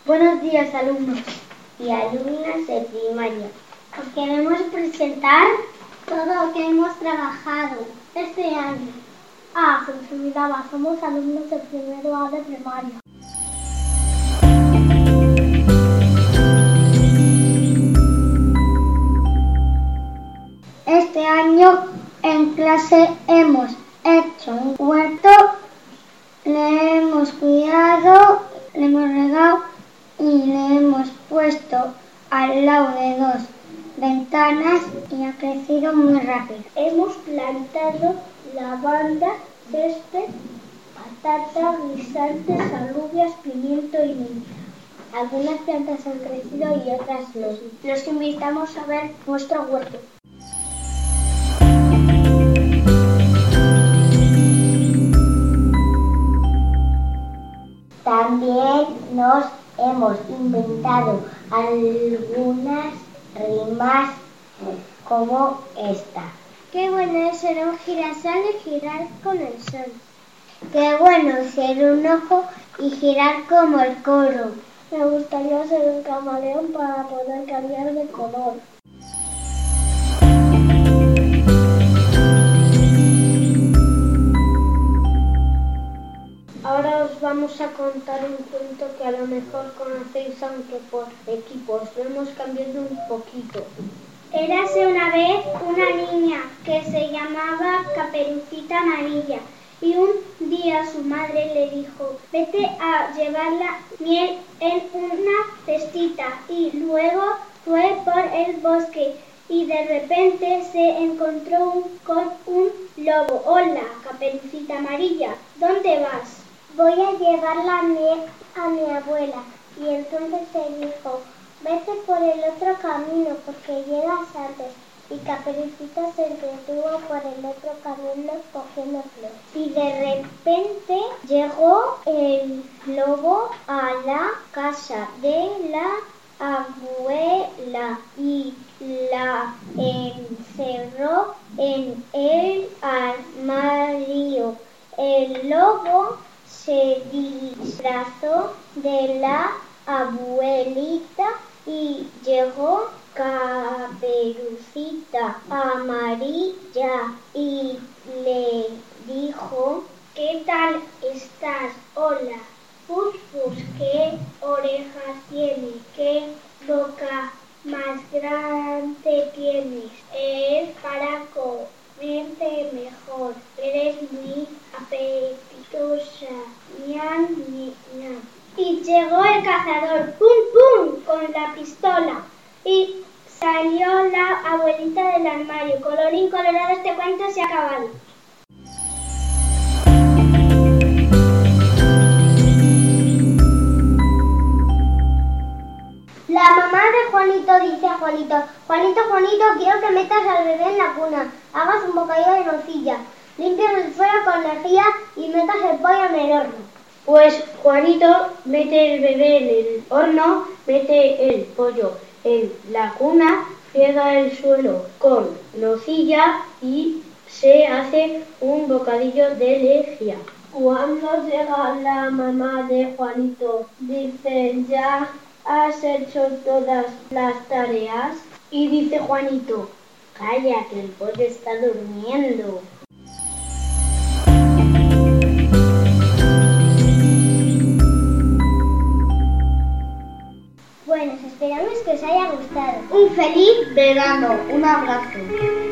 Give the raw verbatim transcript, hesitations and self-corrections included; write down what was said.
Buenos días, alumnos y alumnas de primaria. Os queremos presentar todo lo que hemos trabajado este año. Ah, se nos olvidaba, somos alumnos de primero A de primaria. Este año en clase hemos hecho un huerto, le hemos cuidado, le hemos regado y le hemos puesto al lado de dos ventanas y ha crecido muy rápido. Hemos plantado lavanda, césped, patata, guisantes, alubias, pimiento y menta. Algunas plantas han crecido y otras no. Los invitamos a ver nuestro huerto. También nos hemos inventado algunas rimas como esta. Qué bueno es ser un girasol y girar con el sol. Qué bueno ser un ojo y girar como el coro. Me gustaría ser un camaleón para poder cambiar de color. Ahora os vamos a contar un cuento que a lo mejor conocéis, aunque por equipos lo hemos cambiado un poquito. Érase una vez una niña que se llamaba Caperucita Amarilla y un día su madre le dijo: vete a llevar la miel en una cestita, y luego fue por el bosque y de repente se encontró un, con un lobo. Hola, Caperucita Amarilla, ¿dónde vas? Voy a llevar la miel a mi abuela. Y entonces se dijo: vete por el otro camino porque llegas antes. Y Caperucita se entretuvo por el otro camino cogiendo flores. Y de repente llegó el lobo a la casa de la abuela y la encerró en el armario. El lobo se disfrazó de la abuelita y llegó Caperucita Amarilla y le dijo: ¿qué tal estás? Hola. Pus, pus, ¿qué orejas tienes? ¿Qué boca más grande tienes? Es para comerte mejor. Eres muy apetitosa. Ñam, ñam. Y llegó el cazador, pum, pum, con la pistola. Y salió la abuelita del armario. Colorín colorado, este cuento se ha acabado. La mamá de Juanito dice a Juanito: Juanito, Juanito, quiero que metas al bebé en la cuna, hagas un bocadillo de nocilla, limpias el suelo con lejía y metas el pollo en el horno. Pues Juanito mete el bebé en el horno, mete el pollo en la cuna, friega el suelo con nocilla y se hace un bocadillo de lejía. Cuando llega la mamá de Juanito, dice: ¿ya has hecho todas las tareas? Y dice Juanito: calla, que el pollo está durmiendo. Bueno, esperamos que os haya gustado. Un feliz verano. Un abrazo.